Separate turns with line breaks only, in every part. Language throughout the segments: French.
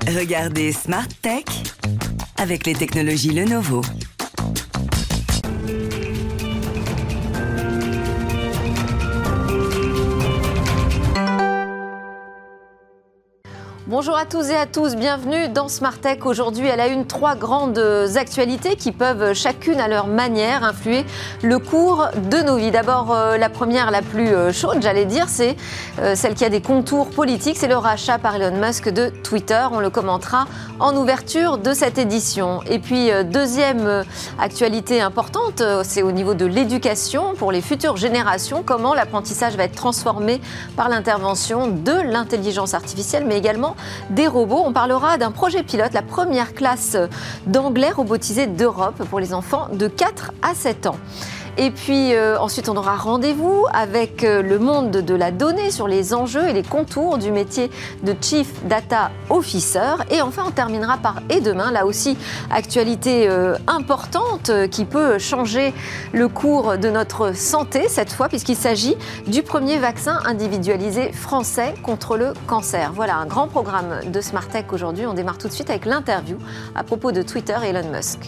Regardez Smart Tech avec les technologies Lenovo.
Bonjour à tous et à tous, bienvenue dans Smart Tech. Aujourd'hui, à la une, 3 grandes actualités qui peuvent chacune à leur manière influer le cours de nos vies. D'abord, la première, la plus chaude, j'allais dire, c'est celle qui a des contours politiques, c'est le rachat par Elon Musk de Twitter. On le commentera en ouverture de cette édition. Et puis, deuxième actualité importante, c'est au niveau de l'éducation pour les futures générations, comment l'apprentissage va être transformé par l'intervention de l'intelligence artificielle, mais également des robots. On parlera d'un projet pilote, la première classe d'anglais robotisée d'Europe pour les enfants de 4 à 7 ans. Et puis ensuite, on aura rendez-vous avec le monde de la donnée sur les enjeux et les contours du métier de Chief Data Officer. Et enfin, on terminera par Et demain, là aussi, actualité importante qui peut changer le cours de notre santé cette fois, puisqu'il s'agit du premier vaccin individualisé français contre le cancer. Voilà un grand programme de Smart Tech aujourd'hui. On démarre tout de suite avec l'interview à propos de Twitter et Elon Musk.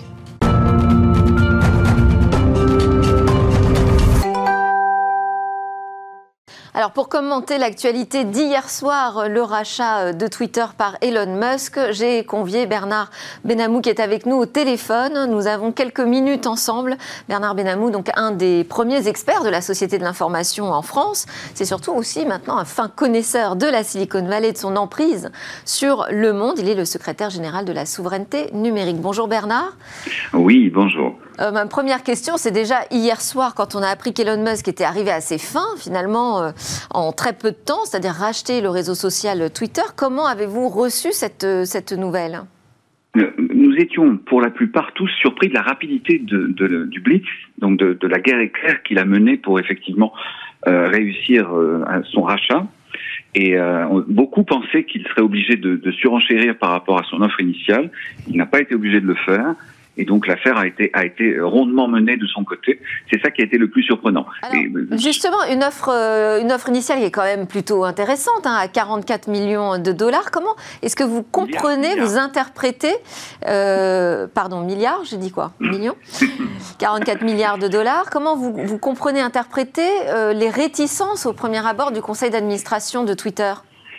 Alors pour commenter l'actualité d'hier soir, le rachat de Twitter par Elon Musk, j'ai convié Bernard Benamou qui est avec nous au téléphone. Nous avons quelques minutes ensemble. Bernard Benamou, donc un des premiers experts de la Société de l'information en France. C'est surtout aussi maintenant un fin connaisseur de la Silicon Valley et de son emprise sur le monde. Il est le secrétaire général de la souveraineté numérique. Bonjour Bernard.
Oui, bonjour.
Ma première question, c'est déjà hier soir, quand on a appris qu'Elon Musk était arrivé à ses fins, finalement, en très peu de temps, c'est-à-dire racheter le réseau social Twitter. Comment avez-vous reçu cette nouvelle ?
Nous étions pour la plupart tous surpris de la rapidité du blitz, donc de la guerre éclair qu'il a menée pour effectivement réussir son rachat. Et beaucoup pensaient qu'il serait obligé de surenchérir par rapport à son offre initiale. Il n'a pas été obligé de le faire. Et donc l'affaire a été rondement menée de son côté. C'est ça qui a été le plus surprenant.
Alors, justement, une offre initiale qui est quand même plutôt intéressante, à 44 millions de dollars. Comment est-ce que vous comprenez, vous interprétez, milliards, j'ai dit quoi ? Millions ? 44 milliards de dollars. Comment vous comprenez, interprétez les réticences au premier abord du conseil d'administration de Twitter ?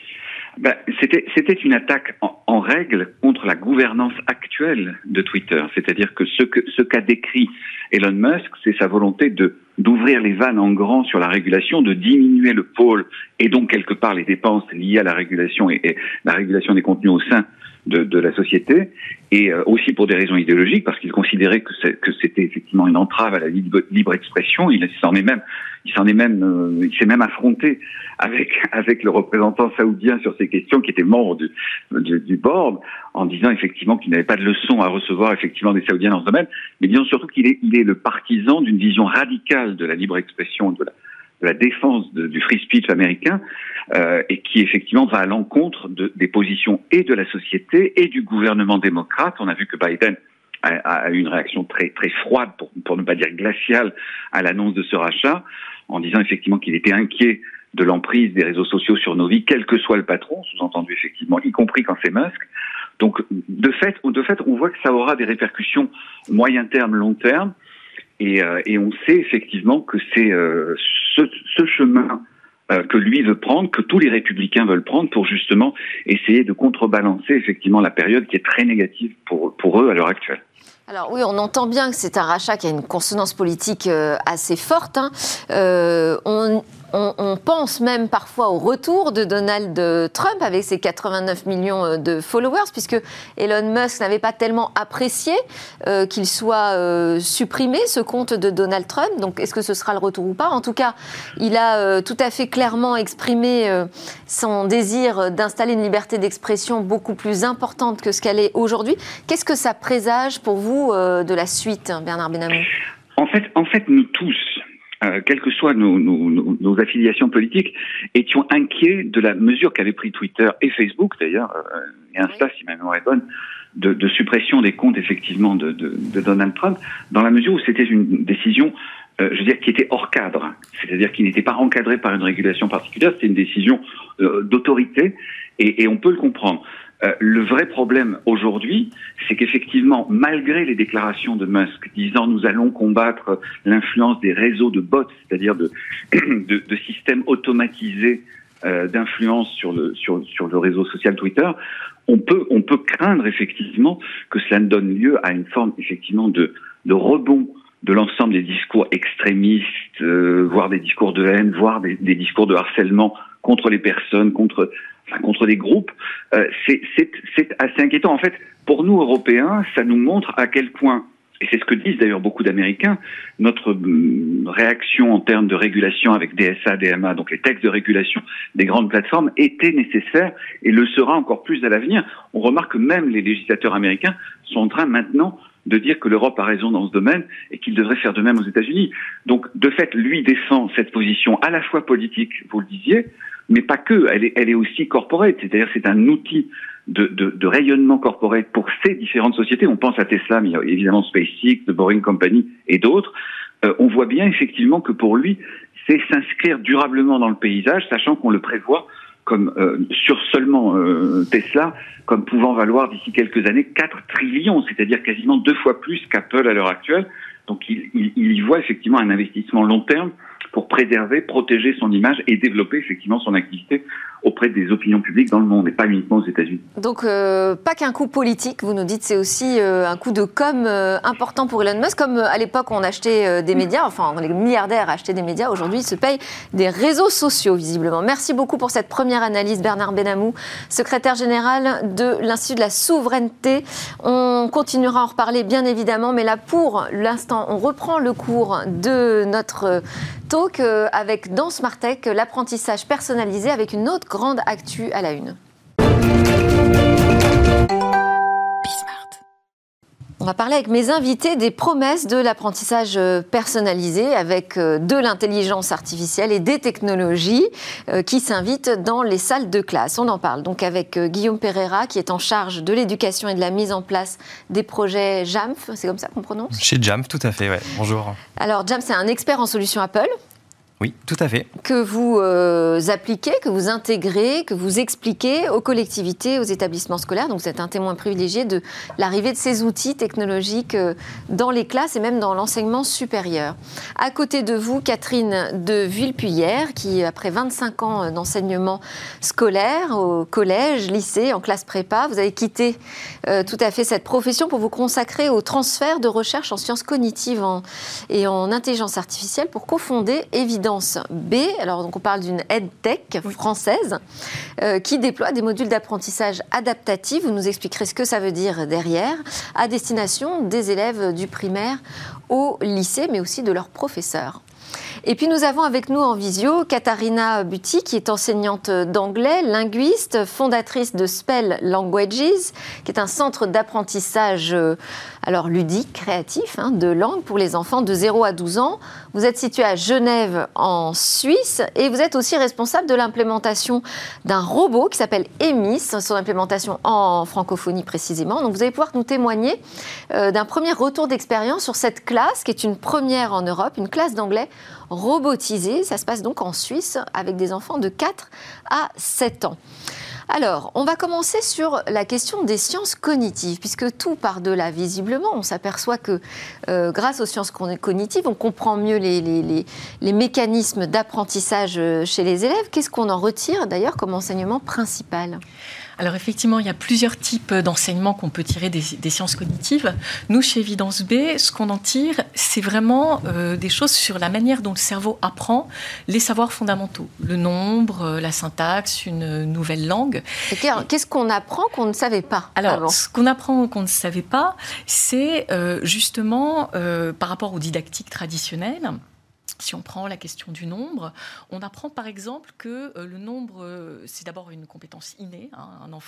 C'était une attaque en règle contre la gouvernance actuelle de Twitter. C'est-à-dire que ce qu'a décrit Elon Musk, c'est sa volonté d'ouvrir les vannes en grand sur la régulation, de diminuer le pôle et donc quelque part les dépenses liées à la régulation et la régulation des contenus au sein de la société, et aussi pour des raisons idéologiques, parce qu'il considérait que c'était effectivement une entrave à la libre expression. Il s'est même affronté avec le représentant saoudien sur ces questions, qui était membre du board, en disant effectivement qu'il n'avait pas de leçons à recevoir effectivement des Saoudiens dans ce domaine, mais disons surtout qu'il est le partisan d'une vision radicale de la libre expression, de la défense du free speech américain, et qui effectivement va à l'encontre des positions et de la société et du gouvernement démocrate. On a vu que Biden a eu une réaction très très froide, pour ne pas dire glaciale, à l'annonce de ce rachat, en disant effectivement qu'il était inquiet de l'emprise des réseaux sociaux sur nos vies, quel que soit le patron, sous-entendu effectivement, y compris quand c'est Musk. Donc de fait, on voit que ça aura des répercussions moyen terme, long terme. Et on sait effectivement que c'est ce chemin que lui veut prendre, que tous les républicains veulent prendre pour justement essayer de contrebalancer effectivement la période qui est très négative pour eux à l'heure actuelle.
Alors oui, on entend bien que c'est un rachat qui a une consonance politique assez forte. On pense même parfois au retour de Donald Trump avec ses 89 millions de followers, puisque Elon Musk n'avait pas tellement apprécié qu'il soit supprimé, ce compte de Donald Trump. Donc est-ce que ce sera le retour ou pas ? En tout cas, il a tout à fait clairement exprimé son désir d'installer une liberté d'expression beaucoup plus importante que ce qu'elle est aujourd'hui. Qu'est-ce que ça présage pour vous de la suite, Bernard Benamou ?
En fait, nous tous, quelles que soient nos affiliations politiques, étions inquiets de la mesure qu'avaient pris Twitter et Facebook d'ailleurs, et Insta, si ma mémoire est bonne, de suppression des comptes effectivement de Donald Trump, dans la mesure où c'était une décision, qui était hors cadre, c'est-à-dire qui n'était pas encadrée par une régulation particulière, c'était une décision d'autorité, et on peut le comprendre. Le vrai problème aujourd'hui, c'est qu'effectivement, malgré les déclarations de Musk disant nous allons combattre l'influence des réseaux de bots, c'est-à-dire de systèmes automatisés d'influence sur le réseau social Twitter, on peut craindre effectivement que cela ne donne lieu à une forme effectivement de rebond de l'ensemble des discours extrémistes, voire des discours de haine, voire des discours de harcèlement contre les personnes, contre des groupes. C'est assez inquiétant. En fait, pour nous, Européens, ça nous montre à quel point, et c'est ce que disent d'ailleurs beaucoup d'Américains, notre réaction en termes de régulation avec DSA, DMA, donc les textes de régulation des grandes plateformes, était nécessaire et le sera encore plus à l'avenir. On remarque que même les législateurs américains sont en train maintenant de dire que l'Europe a raison dans ce domaine et qu'il devrait faire de même aux États-Unis. Donc, de fait, lui défend cette position à la fois politique, vous le disiez, mais pas que. Elle est aussi corporate, c'est-à-dire c'est un outil de rayonnement corporate pour ces différentes sociétés. On pense à Tesla, mais il y a évidemment SpaceX, The Boring Company et d'autres. On voit bien effectivement que pour lui, c'est s'inscrire durablement dans le paysage, sachant qu'on le prévoit comme sur seulement Tesla, comme pouvant valoir d'ici quelques années 4 trillions, c'est-à-dire quasiment 2 fois plus qu'Apple à l'heure actuelle. Donc il y voit effectivement un investissement long terme pour préserver, protéger son image et développer effectivement son activité auprès des opinions publiques dans le monde et pas uniquement aux États-Unis.
Donc pas qu'un coup politique, vous nous dites, c'est aussi un coup de com important pour Elon Musk, comme à l'époque on achetait des médias, enfin les milliardaires achetaient des médias, aujourd'hui ils se payent des réseaux sociaux visiblement. Merci beaucoup pour cette première analyse, Bernard Benamou, secrétaire général de l'Institut de la souveraineté. On continuera à en reparler bien évidemment, mais là pour l'instant on reprend le cours de notre talk avec dans Smart Tech l'apprentissage personnalisé avec une autre grande actu à la une. On va parler avec mes invités des promesses de l'apprentissage personnalisé avec de l'intelligence artificielle et des technologies qui s'invitent dans les salles de classe. On en parle donc avec Guillaume Pereira qui est en charge de l'éducation et de la mise en place des projets JAMF, c'est comme ça qu'on prononce ?
Chez JAMF, tout à fait, ouais. Bonjour.
Alors JAMF, c'est un expert en solutions Apple.
Oui, tout à fait.
Que vous appliquez, que vous intégrez, que vous expliquez aux collectivités, aux établissements scolaires. Donc vous êtes un témoin privilégié de l'arrivée de ces outils technologiques dans les classes et même dans l'enseignement supérieur. À côté de vous, Catherine de Villepuillère, qui après 25 ans d'enseignement scolaire au collège, lycée, en classe prépa, vous avez quitté tout à fait cette profession pour vous consacrer au transfert de recherche en sciences cognitives et en intelligence artificielle pour cofonder Évidence B. Alors, donc on parle d'une EdTech française qui déploie des modules d'apprentissage adaptatif. Vous nous expliquerez ce que ça veut dire derrière, à destination des élèves du primaire au lycée, mais aussi de leurs professeurs. Et puis nous avons avec nous en visio Katharina Butti, qui est enseignante d'anglais, linguiste, fondatrice de Spell Languages, qui est un centre d'apprentissage ludique, créatif, de langue pour les enfants de 0 à 12 ans. Vous êtes située à Genève, en Suisse, et vous êtes aussi responsable de l'implémentation d'un robot qui s'appelle EMIS, son implémentation en francophonie précisément. Donc vous allez pouvoir nous témoigner d'un premier retour d'expérience sur cette classe, qui est une première en Europe, une classe d'anglais robotisée. Ça se passe donc en Suisse avec des enfants de 4 à 7 ans. Alors, on va commencer sur la question des sciences cognitives, puisque tout part de là, visiblement. On s'aperçoit que grâce aux sciences cognitives, on comprend mieux les mécanismes d'apprentissage chez les élèves. Qu'est-ce qu'on en retire d'ailleurs comme enseignement principal ?
Alors effectivement, il y a plusieurs types d'enseignements qu'on peut tirer des sciences cognitives. Nous, chez Évidence B, ce qu'on en tire, c'est vraiment des choses sur la manière dont le cerveau apprend les savoirs fondamentaux. Le nombre, la syntaxe, une nouvelle langue.
Qu'est-ce qu'on apprend qu'on ne savait pas avant ?
Ce qu'on apprend qu'on ne savait pas, c'est justement par rapport aux didactiques traditionnelles. Si on prend la question du nombre, on apprend par exemple que le nombre, c'est d'abord une compétence innée. Un enfant